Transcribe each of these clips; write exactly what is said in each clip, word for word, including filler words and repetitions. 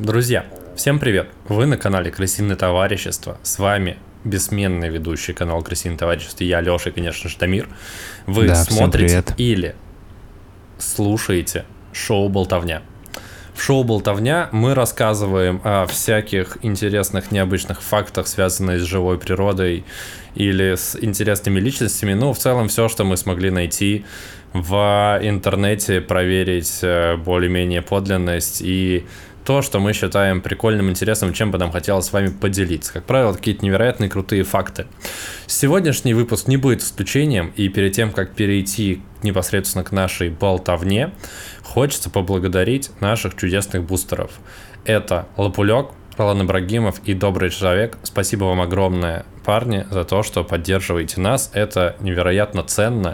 Друзья, всем привет! Вы на канале Крысиное Товарищество. С вами бессменный ведущий канала Крысиное Товарищество. Я Леша и, конечно же, Дамир. Вы да, смотрите или слушаете шоу «Болтовня». В шоу «Болтовня» мы рассказываем о всяких интересных, необычных фактах, связанных с живой природой или с интересными личностями. Ну, в целом, все, что мы смогли найти в интернете, проверить более-менее подлинность и то, что мы считаем прикольным, интересным, чем бы нам хотелось с вами поделиться. Как правило, какие-то невероятные крутые факты. Сегодняшний выпуск не будет исключением, и перед тем, как перейти непосредственно к нашей болтовне, хочется поблагодарить наших чудесных бустеров. Это Лапулек, Ролан Ибрагимов и Добрый Человек. Спасибо вам огромное, парни, за то, что поддерживаете нас. Это невероятно ценно.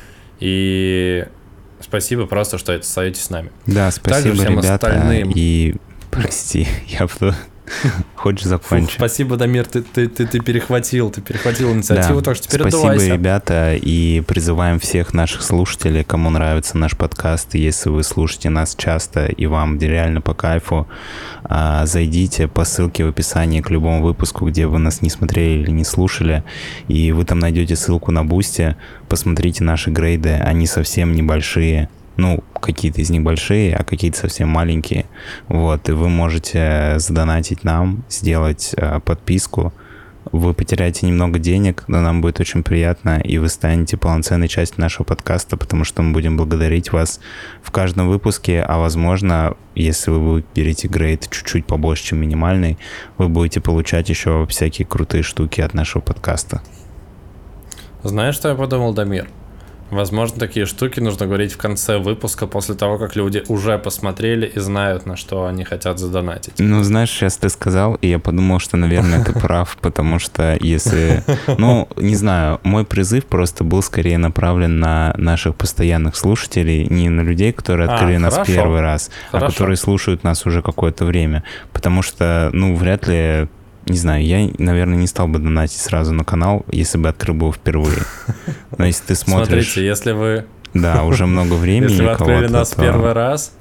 И спасибо просто, что остаетесь с нами. Да, спасибо, всем ребята, остальным. И прости, я буду... Хочешь закончить? Фух, спасибо, Дамир, ты, ты, ты, ты перехватил, ты перехватил инициативу, да, так что теперь спасибо, отдувайся. Ребята, и призываем всех наших слушателей, кому нравится наш подкаст, и если вы слушаете нас часто и вам реально по кайфу, зайдите по ссылке в описании к любому выпуску, где вы нас не смотрели или не слушали, и вы там найдете ссылку на Бусти, посмотрите наши грейды, они совсем небольшие. Ну, какие-то из них большие, а какие-то совсем маленькие. Вот, и вы можете задонатить нам, сделать э, подписку. Вы потеряете немного денег, но нам будет очень приятно, и вы станете полноценной частью нашего подкаста, потому что мы будем благодарить вас в каждом выпуске, а возможно, если вы выберете грейд чуть-чуть побольше, чем минимальный, вы будете получать еще всякие крутые штуки от нашего подкаста. Знаешь, что я подумал, Дамир? Возможно, такие штуки нужно говорить в конце выпуска, после того, как люди уже посмотрели и знают, на что они хотят задонатить. Ну, знаешь, сейчас ты сказал, и я подумал, что, наверное, ты прав, потому что если... Ну, не знаю, мой призыв просто был скорее направлен на наших постоянных слушателей, не на людей, которые открыли а, нас хорошо. первый раз, хорошо. а которые слушают нас уже какое-то время, потому что, ну, вряд ли... Не знаю, я, наверное, не стал бы донатить сразу на канал, если бы открыл бы его впервые. Но если ты смотришь... Смотрите, если вы... Да, уже много времени. Если вы открыли нас то... первый раз,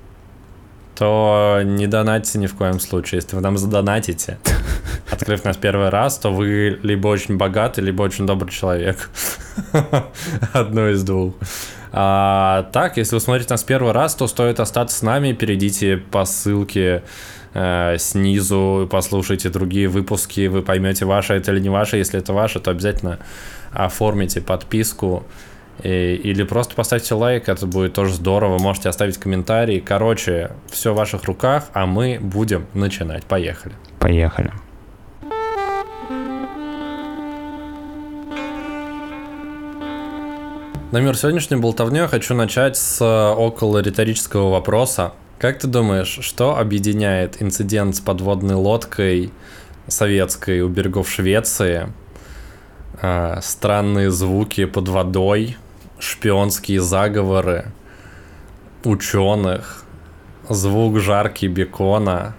то не донатьте ни в коем случае. Если вы нам задонатите, открыв нас первый раз, то вы либо очень богатый, либо очень добрый человек. Одно из двух. А так, если вы смотрите нас первый раз, то стоит остаться с нами, перейдите по ссылке снизу, послушайте другие выпуски, вы поймете, ваше это или не ваше. Если это ваше, то обязательно оформите подписку и, или просто поставьте лайк, это будет тоже здорово. Можете оставить комментарий. Короче, все в ваших руках, а мы будем начинать. Поехали. Поехали. Дамир, сегодняшнюю болтовню я хочу начать с около риторического вопроса. Как ты думаешь, что объединяет инцидент с подводной лодкой советской у берегов Швеции, э, странные звуки под водой, шпионские заговоры ученых, звук жарки бекона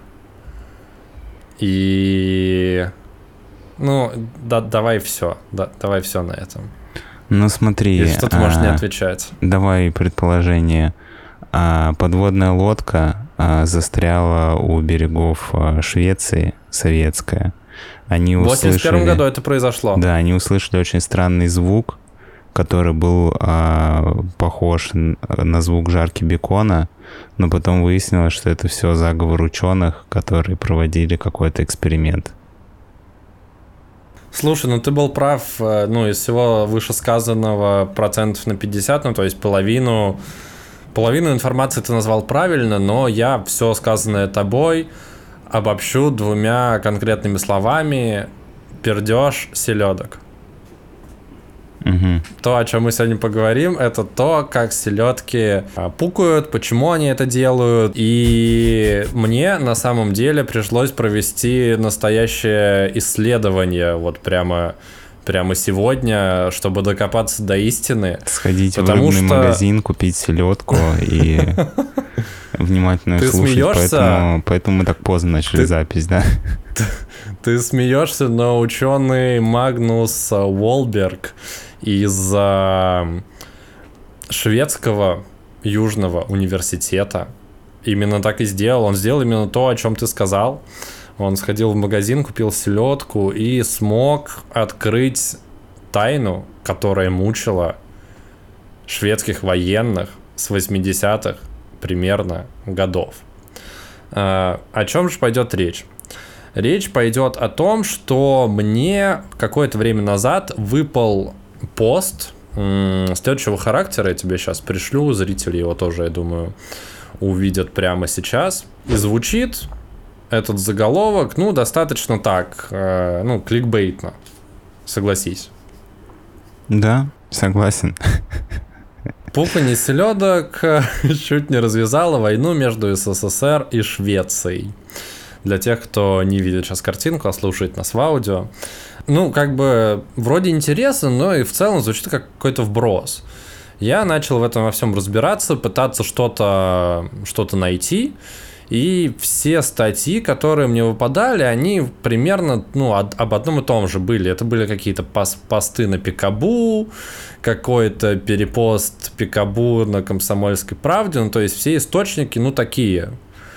и... Ну, да, давай все, да, давай все на этом. Ну смотри... Если что, ты можешь а, не отвечать. Давай предположение... А подводная лодка а, застряла у берегов а, Швеции, советская. Они услышали... В восемьдесят первом году это произошло. Да, они услышали очень странный звук, который был а, похож на звук жарки бекона, но потом выяснилось, что это все заговор ученых, которые проводили какой-то эксперимент. Слушай, ну ты был прав, ну из всего вышесказанного процентов на пятьдесят, ну то есть половину... Половину информации ты назвал правильно, но я все сказанное тобой обобщу двумя конкретными словами: пердеж, селедок. Угу. То, о чем мы сегодня поговорим, это то, как селедки пукают, почему они это делают. И мне на самом деле пришлось провести настоящее исследование, вот прямо... Прямо сегодня, чтобы докопаться до истины. Сходить в рыбный что... магазин, купить селедку и внимательно ты слушать. Смеешься? Поэтому, поэтому мы так поздно начали ты... запись, да? Ты, ты смеешься, но ученый Магнус Уолберг из шведского южного университета именно так и сделал. Он сделал именно то, о чем ты сказал. Он сходил в магазин, купил селедку и смог открыть тайну, которая мучила шведских военных с восьмидесятых примерно годов. О чем же пойдет речь? Речь пойдет о том, что мне какое-то время назад выпал пост м- следующего характера. Я тебе сейчас пришлю, зрители его тоже, я думаю, увидят прямо сейчас. И звучит этот заголовок, ну, достаточно так, э, ну, кликбейтно, согласись. Да, согласен. Пуканье селедок чуть не развязала войну между СССР и Швецией. Для тех, кто не видит сейчас картинку, а слушает нас в аудио. Ну, как бы, вроде интересно, но и в целом звучит как какой-то вброс. Я начал в этом во всем разбираться, пытаться что-то, что-то найти. И все статьи, которые мне выпадали, они примерно, ну, об одном и том же были. Это были какие-то пос- посты на Пикабу, какой-то перепост Пикабу на Комсомольской правде. Ну, то есть все источники, ну, такие.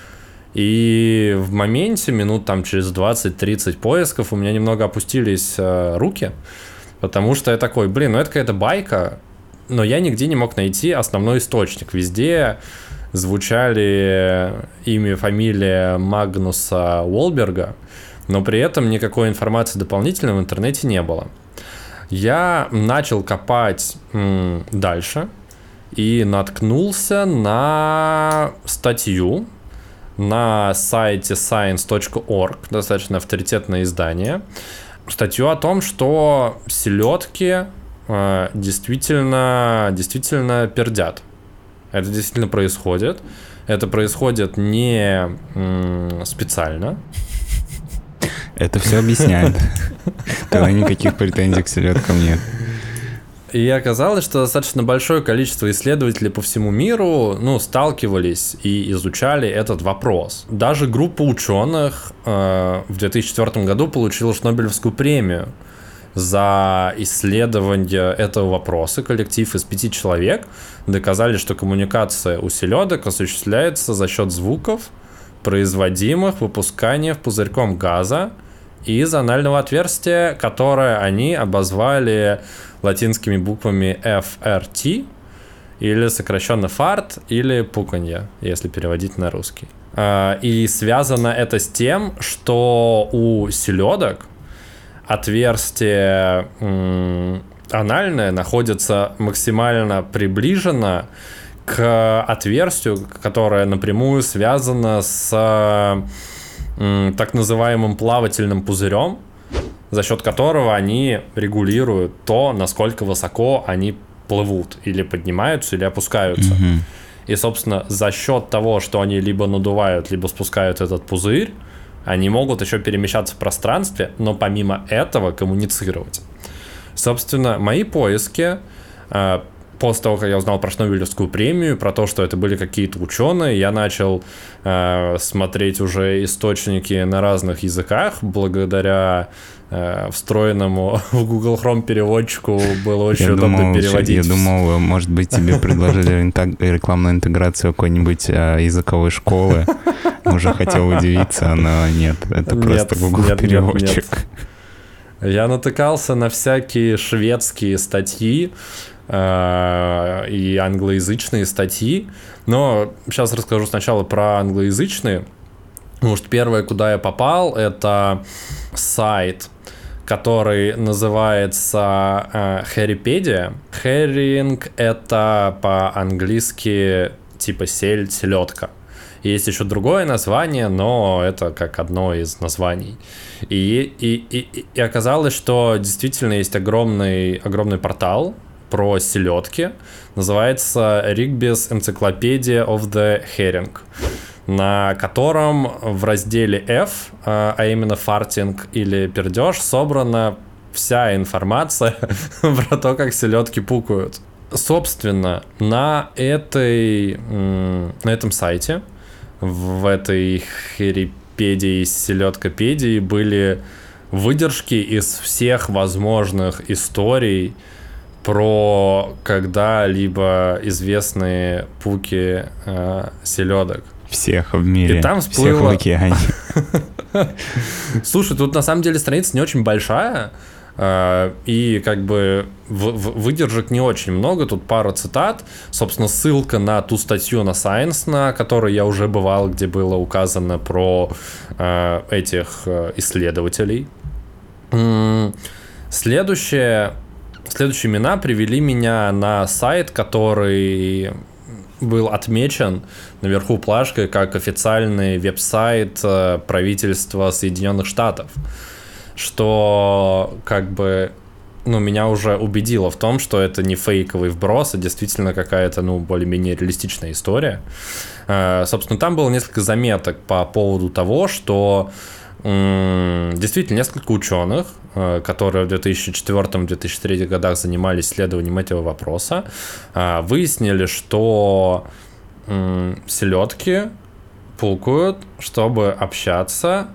И в моменте, минут там через двадцать-тридцать поисков, у меня немного опустились э, руки, потому что я такой, блин, ну это какая-то байка, но я нигде не мог найти основной источник. Везде звучали имя, фамилия Магнуса Уолберга, но при этом никакой информации дополнительной в интернете не было. Я начал копать м, дальше и наткнулся на статью на сайте science точка org, достаточно авторитетное издание, статью о том, что селедки э, действительно, действительно пердят. Это действительно происходит. Это происходит не м, специально. Это все объясняет. Тогда никаких претензий к селедкам нет. И оказалось, что достаточно большое количество исследователей по всему миру, ну, сталкивались и изучали этот вопрос. Даже группа ученых э, в две тысячи четвёртом году получила Нобелевскую премию за исследование этого вопроса. Коллектив из пяти человек доказали, что коммуникация у селедок осуществляется за счет звуков, производимых выпусканием пузырьком газа из анального отверстия, которое они обозвали латинскими буквами эф эр ти, или сокращенно фарт, или пуканье, если переводить на русский. И связано это с тем, что у селедок отверстие м, анальное находится максимально приближено к отверстию, которое напрямую связано с м, так называемым плавательным пузырем, за счет которого они регулируют то, насколько высоко они плывут, или поднимаются, или опускаются. Mm-hmm. И, собственно, за счет того, что они либо надувают, либо спускают этот пузырь, они могут еще перемещаться в пространстве, но помимо этого коммуницировать. Собственно, мои поиски, после того, как я узнал про Нобелевскую премию, про то, что это были какие-то ученые, я начал э, смотреть уже источники на разных языках. Благодаря э, встроенному в Google Chrome переводчику было очень я удобно думал, переводить. Я думал, может быть, тебе предложили рекламную интеграцию какой-нибудь э, языковой школы. Уже хотел удивиться, но нет, это просто нет, Google нет, переводчик. Нет, нет. Я натыкался на всякие шведские статьи э, и англоязычные статьи, но сейчас расскажу сначала про англоязычные. Потому что первое, куда я попал, это сайт, который называется э, Herringpedia. Herring — это по-английски типа сель, селедка. Есть еще другое название, но это как одно из названий. И, и, и, и оказалось, что действительно есть огромный, огромный портал про селедки. Называется Rigby's Encyclopedia of the Herring, на котором в разделе F, а именно фартинг или пердеж, собрана вся информация про то, как селедки пукают. Собственно, на, этой, на этом сайте, в этой Herringpedii, селедкопедии, были выдержки из всех возможных историй про когда-либо известные пуки э, селедок. Всех в мире, и там всплыло... всех в океане. Слушай, тут на самом деле страница не очень большая, и как бы выдержек не очень много, тут пара цитат, собственно, ссылка на ту статью на Science, на которой я уже бывал, где было указано про этих исследователей. Следующее, следующие имена привели меня на сайт, который был отмечен наверху плашкой как официальный веб-сайт правительства Соединенных Штатов, что как бы, ну, меня уже убедило в том, что это не фейковый вброс, а действительно какая-то, ну, более-менее реалистичная история. Собственно, там было несколько заметок по поводу того, что действительно несколько ученых, которые в две тысячи четвёртом — две тысячи третьем годах занимались исследованием этого вопроса, выяснили, что селедки пукают, чтобы общаться,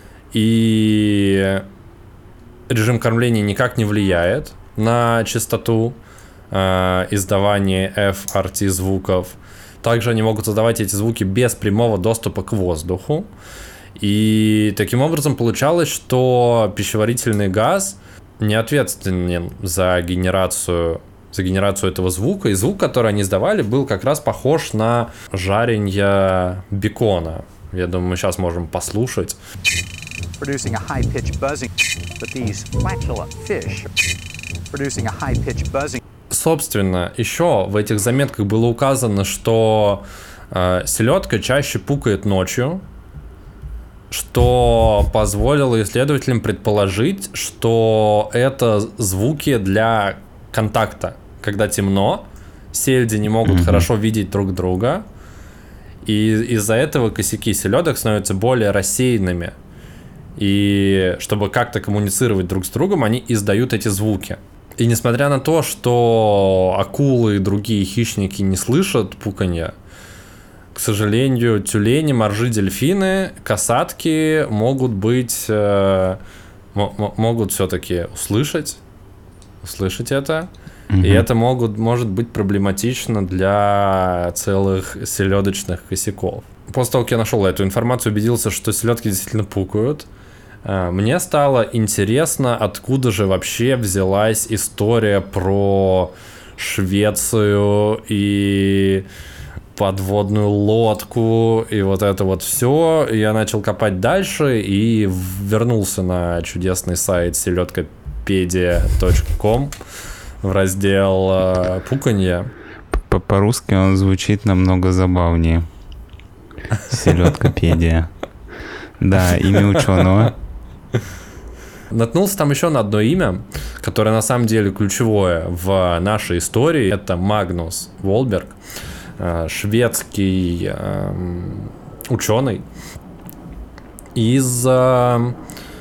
и режим кормления никак не влияет на частоту издавания эф ар ти звуков. Также они могут создавать эти звуки без прямого доступа к воздуху. И таким образом получалось, что пищеварительный газ не ответственен за генерацию, за генерацию этого звука. И звук, который они издавали, был как раз похож на жаренье бекона. Я думаю, мы сейчас можем послушать. Producing a high-pitched buzzing, but these flatula fish producing a high-pitched buzzing. Собственно, еще в этих заметках было указано, что э, селедка чаще пукает ночью, что позволило исследователям предположить, что это звуки для контакта. Когда темно, сельди не могут mm-hmm. хорошо видеть друг друга, и из-за этого косяки селедок становятся более рассеянными. И чтобы как-то коммуницировать друг с другом, они издают эти звуки. И несмотря на то, что акулы и другие хищники не слышат пуканья, к сожалению, тюлени, моржи, дельфины, касатки могут быть, э, м- могут все-таки услышать, услышать это. Mm-hmm. И это могут, может быть проблематично для целых селедочных косяков. После того, как я нашел эту информацию, убедился, что селедки действительно пукают, мне стало интересно, откуда же вообще взялась история про Швецию и подводную лодку и вот это вот все. Я начал копать дальше и вернулся на чудесный сайт селедкопедия точка ком в раздел «Пуканье». По-русски он звучит намного забавнее. Селедкопедия. Да, имя ученого. Наткнулся там еще на одно имя, которое на самом деле ключевое в нашей истории. Это Магнус Волберг, шведский э, ученый из э,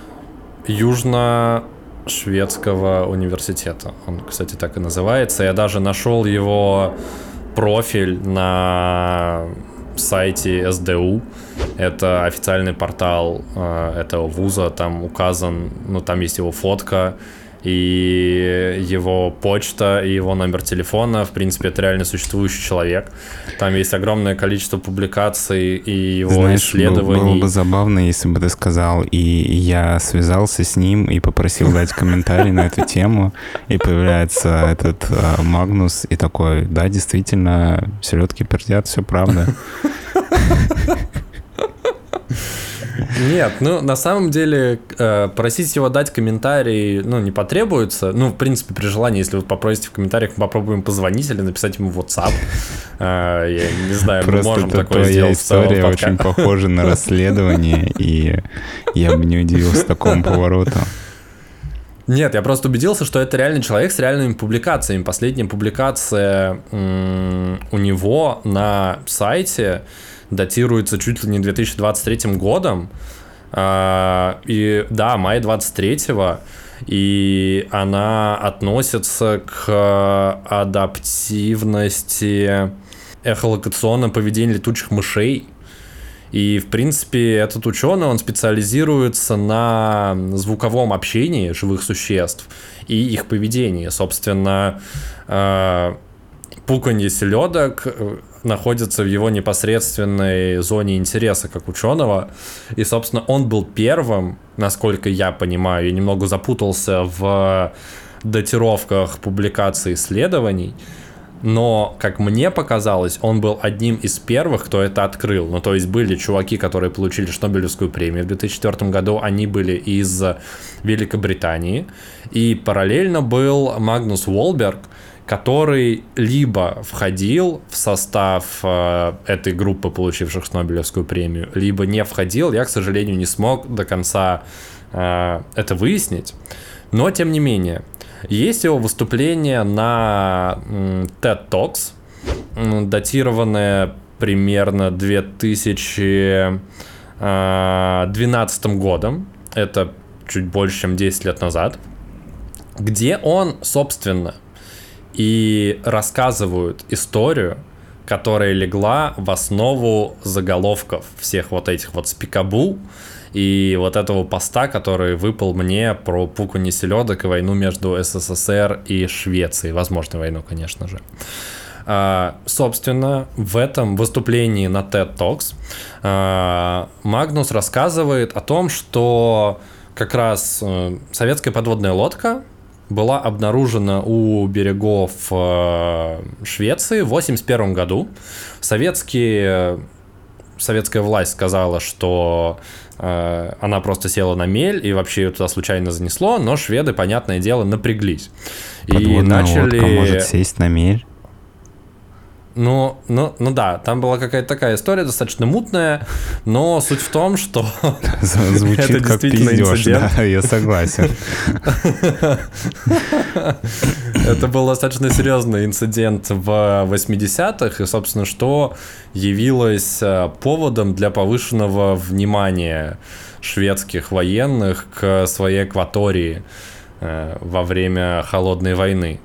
Южно-Шведского университета. Он, кстати, так и называется. Я даже нашел его профиль на сайте эс дэ у. Это официальный портал э, этого вуза. Там указан, ну там есть его фотка и его почта, и его номер телефона. В принципе, это реально существующий человек. Там есть огромное количество публикаций и его Знаешь, исследований. Было бы забавно, если бы ты сказал, и я связался с ним и попросил дать комментарий на эту тему, и появляется этот э, Магнус, и такой, да, действительно, селедки пердят, все правда. Нет, ну, на самом деле, э, просить его дать комментарий, ну, не потребуется. Ну, в принципе, при желании, если вы попросите в комментариях, мы попробуем позвонить или написать ему в WhatsApp. Э, я не знаю, мы можем такое сделать в целом. Просто твоя история очень похожа на расследование, и я бы не удивился такому повороту. Нет, я просто убедился, что это реальный человек с реальными публикациями. Последняя публикация м- у него на сайте датируется чуть ли не две тысячи двадцать третьим годом. А, и да, мая двадцать третьего. И она относится к адаптивности эхолокационного поведения летучих мышей. И, в принципе, этот ученый, он специализируется на звуковом общении живых существ и их поведении. Собственно, пуканье селедок находится в его непосредственной зоне интереса как ученого. И, собственно, он был первым, насколько я понимаю, я немного запутался в датировках публикаций исследований, но, как мне показалось, он был одним из первых, кто это открыл. Ну, то есть были чуваки, которые получили Шнобелевскую премию в две тысячи четвёртом году, они были из Великобритании, и параллельно был Магнус Уолберг, который либо входил в состав э, этой группы, получивших Шнобелевскую премию, либо не входил. Я, к сожалению, не смог до конца э, это выяснить. Но, тем не менее, есть его выступление на TED Talks, датированное примерно две тысячи двенадцатым годом. Это чуть больше, чем десять лет назад. Где он, собственно, и рассказывает историю, которая легла в основу заголовков всех вот этих вот спикабу и вот этого поста, который выпал мне про пуканье селедок и войну между СССР и Швецией. Возможно, войну, конечно же. Uh, собственно, в этом выступлении на TED Talks uh, Магнус рассказывает о том, что как раз uh, советская подводная лодка была обнаружена у берегов uh, Швеции в восемьдесят первом году. Советские, советская власть сказала, что uh, она просто села на мель и вообще ее туда случайно занесло, но шведы, понятное дело, напряглись. Подводная и начали... лодка может сесть на мель? Ну, ну, ну да, там была какая-то такая история, достаточно мутная, но суть в том, что звучит это как действительно пиздёж, инцидент. Да, я согласен. Это был достаточно серьезный инцидент в восьмидесятых, и, собственно, что явилось поводом для повышенного внимания шведских военных к своей акватории во время Холодной войны.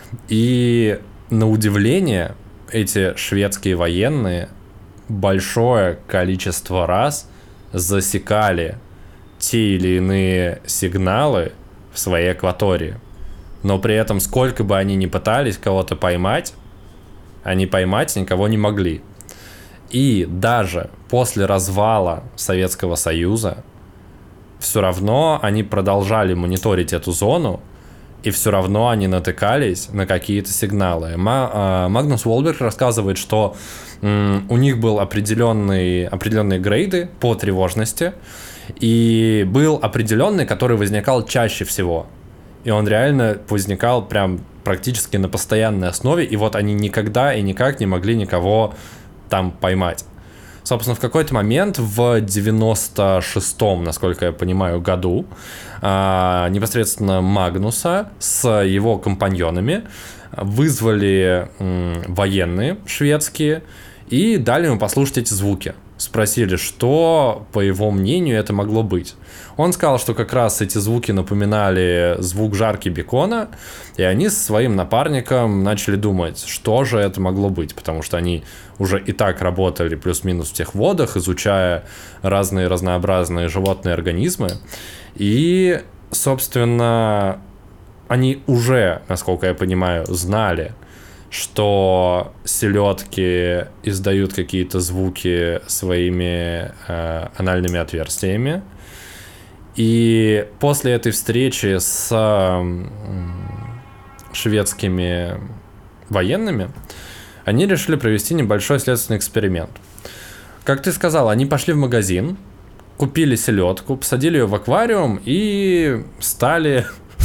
И на удивление, эти шведские военные большое количество раз засекали те или иные сигналы в своей акватории. Но при этом, сколько бы они ни пытались кого-то поймать, они поймать никого не могли. И даже после развала Советского Союза все равно они продолжали мониторить эту зону, и все равно они натыкались на какие-то сигналы. Магнус Уолберг рассказывает, что м, у них был определенный, определенные грейды по тревожности, и был определенный, который возникал чаще всего. И он реально возникал прям практически на постоянной основе, и вот они никогда и никак не могли никого там поймать. Собственно, в какой-то момент в девяносто шестом, насколько я понимаю, году непосредственно Магнуса с его компаньонами вызвали военные шведские и дали ему послушать эти звуки. Спросили, что, по его мнению, это могло быть. Он сказал, что как раз эти звуки напоминали звук жарки бекона, и они со своим напарником начали думать, что же это могло быть, потому что они уже и так работали плюс-минус в тех водах, изучая разные разнообразные животные организмы, и, собственно, они уже, насколько я понимаю, знали, что селедки издают какие-то звуки своими э, анальными отверстиями. И после этой встречи с э, шведскими военными они решили провести небольшой следственный эксперимент. Как ты сказал, они пошли в магазин, купили селедку, посадили ее в аквариум и стали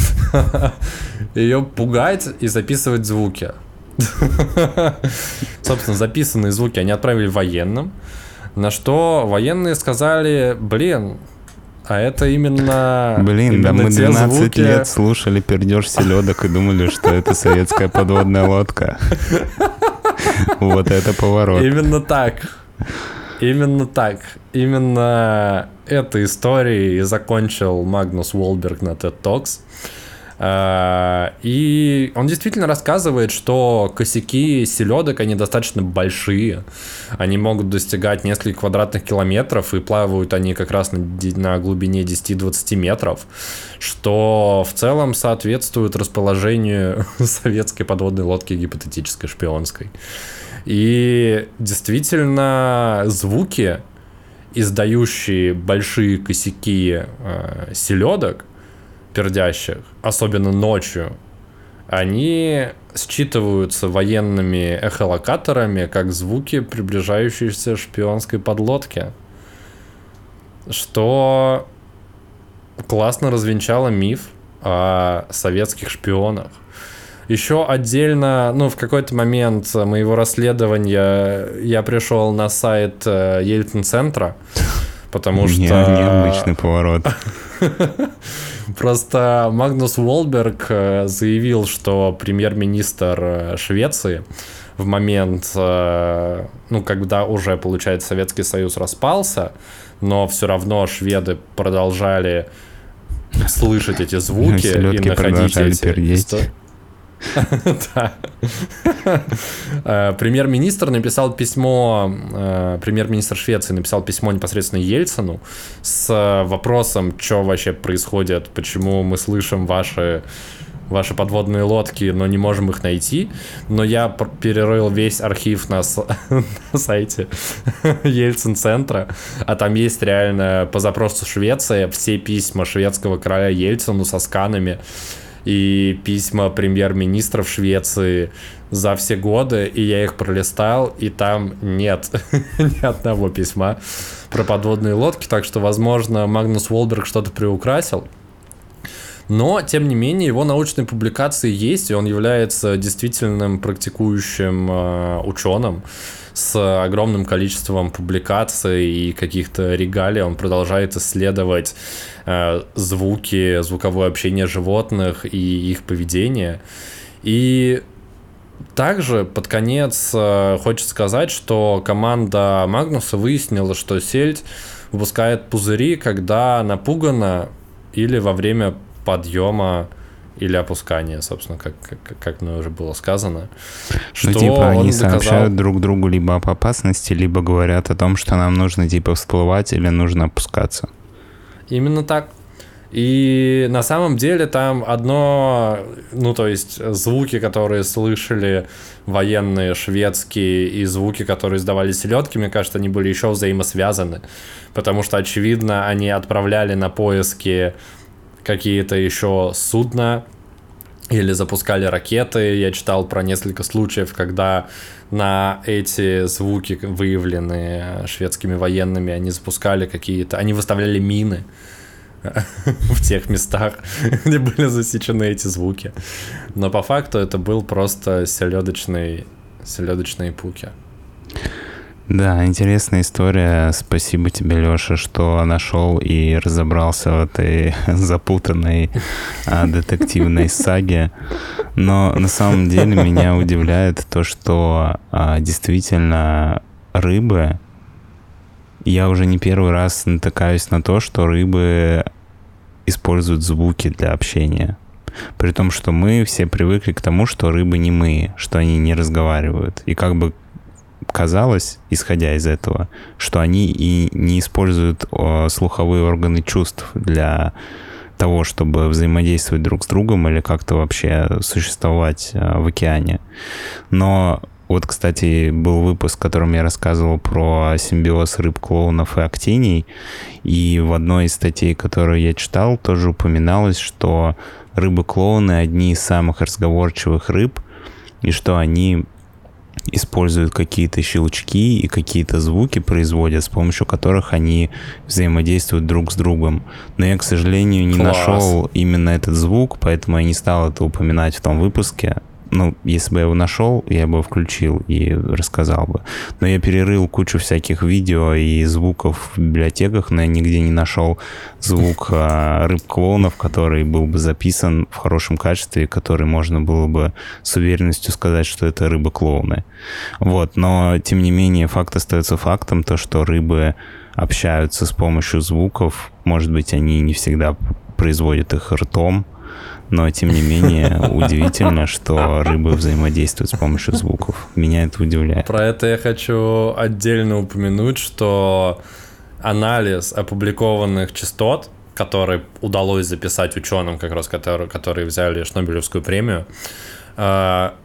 ее пугать и записывать звуки. Собственно, записанные звуки они отправили военным, на что военные сказали: блин, а это именно... Блин, именно да мы двенадцать звуки... лет слушали пердеж селедок и думали, что это советская подводная лодка. Вот это поворот. Именно так. Именно так. Именно этой историей и закончил Магнус Уолберг на TED Talks. И он действительно рассказывает, что косяки селедок, они достаточно большие. Они могут достигать нескольких квадратных километров, и плавают они как раз на, на глубине десять-двадцать метров, что в целом соответствует расположению советской подводной лодки гипотетической шпионской. И действительно звуки, издающие большие косяки э, селедок пердящих, особенно ночью, они считываются военными эхолокаторами как звуки приближающейся шпионской подлодки, что классно развенчало миф о советских шпионах. Еще отдельно, ну, в какой-то момент моего расследования я пришел на сайт Ельцин-центра, потому что... Необычный поворот. Просто Магнус Уолберг заявил, что премьер-министр Швеции в момент, ну, когда уже, получается, Советский Союз распался, но все равно шведы продолжали слышать эти звуки и находить эти... Да. Премьер-министр написал письмо, премьер-министр Швеции написал письмо непосредственно Ельцину с вопросом, что вообще происходит, почему мы слышим ваши, ваши подводные лодки, но не можем их найти. Но я перерыл весь архив на, на сайте Ельцин-центра, а там есть реально по запросу Швеции все письма шведского короля Ельцину со сканами и письма премьер-министров Швеции за все годы, и я их пролистал, и там нет ни одного письма про подводные лодки, так что, возможно, Магнус Уолберг что-то приукрасил. Но, тем не менее, его научные публикации есть, и он является действительным практикующим э, ученым с огромным количеством публикаций и каких-то регалий. Он продолжает исследовать э, звуки, звуковое общение животных и их поведение. И также под конец э, хочется сказать, что команда Магнуса выяснила, что сельдь выпускает пузыри, когда напугана или во время подъема или опускания, собственно, как, как, как мне уже было сказано. Что ну, типа, они доказал... сообщают друг другу либо об опасности, либо говорят о том, что нам нужно, типа, всплывать или нужно опускаться. Именно так. И на самом деле там одно, ну, то есть звуки, которые слышали военные шведские, и звуки, которые издавали селедки, мне кажется, они были еще взаимосвязаны, потому что, очевидно, они отправляли на поиски какие-то еще судна или запускали ракеты. Я читал про несколько случаев, когда на эти звуки, выявленные шведскими военными, они запускали какие-то... Они выставляли мины в тех местах, где были засечены эти звуки. Но по факту это был просто селедочный, селедочные пуки. Да, интересная история. Спасибо тебе, Леша, что нашел и разобрался в этой запутанной а, детективной саге. Но на самом деле меня удивляет то, что а, действительно рыбы... Я уже не первый раз натыкаюсь на то, что рыбы используют звуки для общения. При том, что мы все привыкли к тому, что рыбы немые, что они не разговаривают. И как бы казалось, исходя из этого, что они и не используют о, слуховые органы чувств для того, чтобы взаимодействовать друг с другом или как-то вообще существовать а, в океане. Но вот, кстати, был выпуск, в котором я рассказывал про симбиоз рыб-клоунов и актиний, и в одной из статей, которую я читал, тоже упоминалось, что рыбы-клоуны одни из самых разговорчивых рыб, и что они используют какие-то щелчки и какие-то звуки производят, с помощью которых они взаимодействуют друг с другом. Но я, к сожалению, не Класс. нашел именно этот звук, поэтому я не стал это упоминать в том выпуске. Ну, если бы я его нашел, я бы его включил и рассказал бы. Но я перерыл кучу всяких видео и звуков в библиотеках, но я нигде не нашел звук а, рыб-клоунов, который был бы записан в хорошем качестве, который можно было бы с уверенностью сказать, что это рыбы-клоуны. Вот, но, тем не менее, факт остается фактом, то, что рыбы общаются с помощью звуков. Может быть, они не всегда производят их ртом, но, тем не менее, удивительно, что рыбы взаимодействуют с помощью звуков. Меня это удивляет. Про это я хочу отдельно упомянуть, что анализ опубликованных частот, который удалось записать ученым, как раз которые, которые взяли Шнобелевскую премию,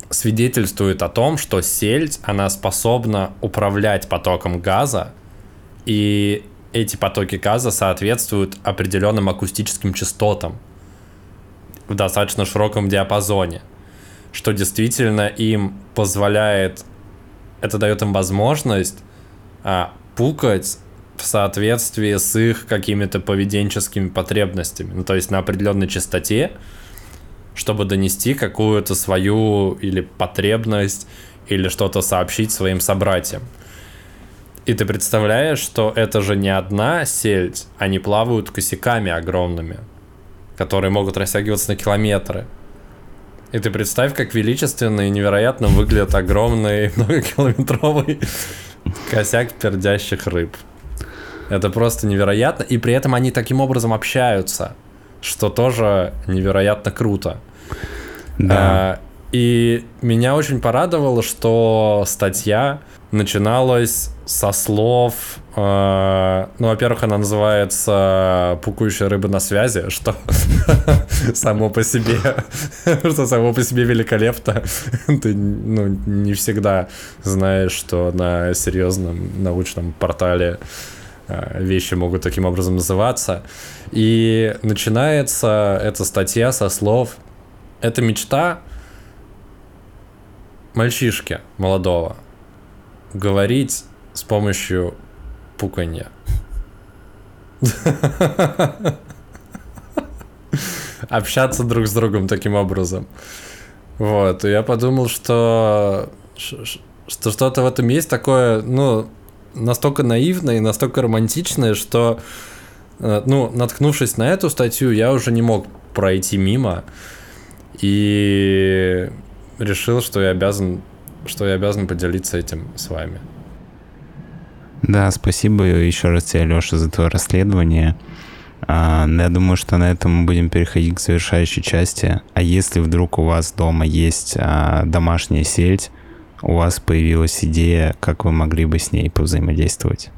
свидетельствует о том, что сельдь, она способна управлять потоком газа, и эти потоки газа соответствуют определенным акустическим частотам в достаточно широком диапазоне, что действительно им позволяет, это дает им возможность а, пукать в соответствии с их какими-то поведенческими потребностями, ну, то есть на определенной частоте, чтобы донести какую-то свою или потребность, или что-то сообщить своим собратьям. И ты представляешь, что это же не одна сельдь, они плавают косяками огромными, которые могут растягиваться на километры. И ты представь, как величественно и невероятно выглядит огромный многокилометровый косяк пердящих рыб. Это просто невероятно. И при этом они таким образом общаются, что тоже невероятно круто. Да. А, и меня очень порадовало, что статья начиналась со слов, э, ну, во-первых, она называется «Пукающая рыба на связи», что само по себе, что само по себе великолепно. Ты, ну, не всегда знаешь, что на серьезном научном портале э, вещи могут таким образом называться. И начинается эта статья со слов: «Это мечта мальчишки молодого говорить с помощью пуканья». Общаться друг с другом таким образом. Вот, и я подумал, что что что-то в этом есть такое, ну, настолько наивное и настолько романтичное, что, ну, наткнувшись на эту статью, я уже не мог пройти мимо и решил, что я обязан что я обязан поделиться этим с вами. Да, спасибо еще раз тебе, Леша, за твое расследование. А, я думаю, что на этом мы будем переходить к завершающей части. А если вдруг у вас дома есть а, домашняя сельдь, у вас появилась идея, как вы могли бы с ней повзаимодействовать?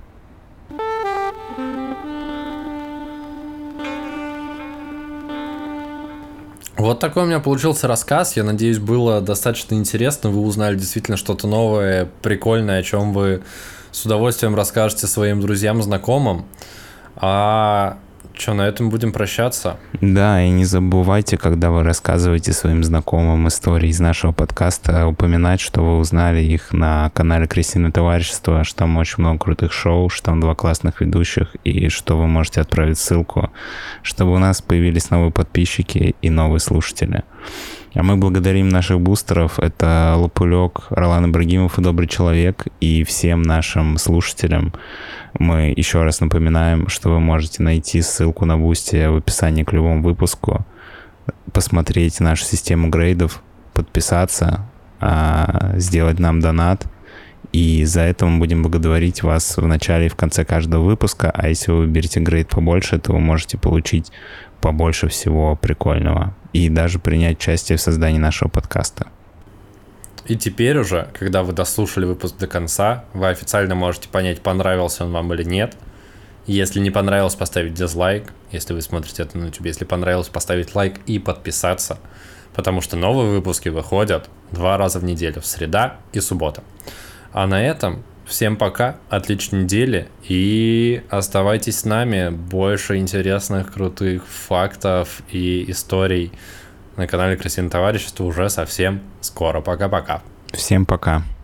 Вот такой у меня получился рассказ. Я надеюсь, было достаточно интересно. Вы узнали действительно что-то новое, прикольное, о чем вы с удовольствием расскажете своим друзьям, знакомым. А что, на этом будем прощаться? Да, и не забывайте, когда вы рассказываете своим знакомым истории из нашего подкаста, упоминать, что вы узнали их на канале Крысиное товарищество, что там очень много крутых шоу, что там два классных ведущих, и что вы можете отправить ссылку, чтобы у нас появились новые подписчики и новые слушатели. А мы благодарим наших бустеров. Это Лопулек, Ролан Ибрагимов и Добрый человек. И всем нашим слушателям мы еще раз напоминаем, что вы можете найти ссылку на Бусти в описании к любому выпуску, посмотреть нашу систему грейдов, подписаться, сделать нам донат. И за это мы будем благодарить вас в начале и в конце каждого выпуска. А если вы выберете грейд побольше, то вы можете получить побольше всего прикольного и даже принять участие в создании нашего подкаста. И теперь уже, когда вы дослушали выпуск до конца, вы официально можете понять, понравился он вам или нет. Если не понравилось, поставить дизлайк. Если вы смотрите это на YouTube, если понравилось, поставить лайк и подписаться. Потому что новые выпуски выходят два раза в неделю, в среда и суббота. А на этом всем пока, отличной недели, и оставайтесь с нами. Больше интересных, крутых фактов и историй на канале Крысиное товарищество уже совсем скоро. Пока-пока. Всем пока.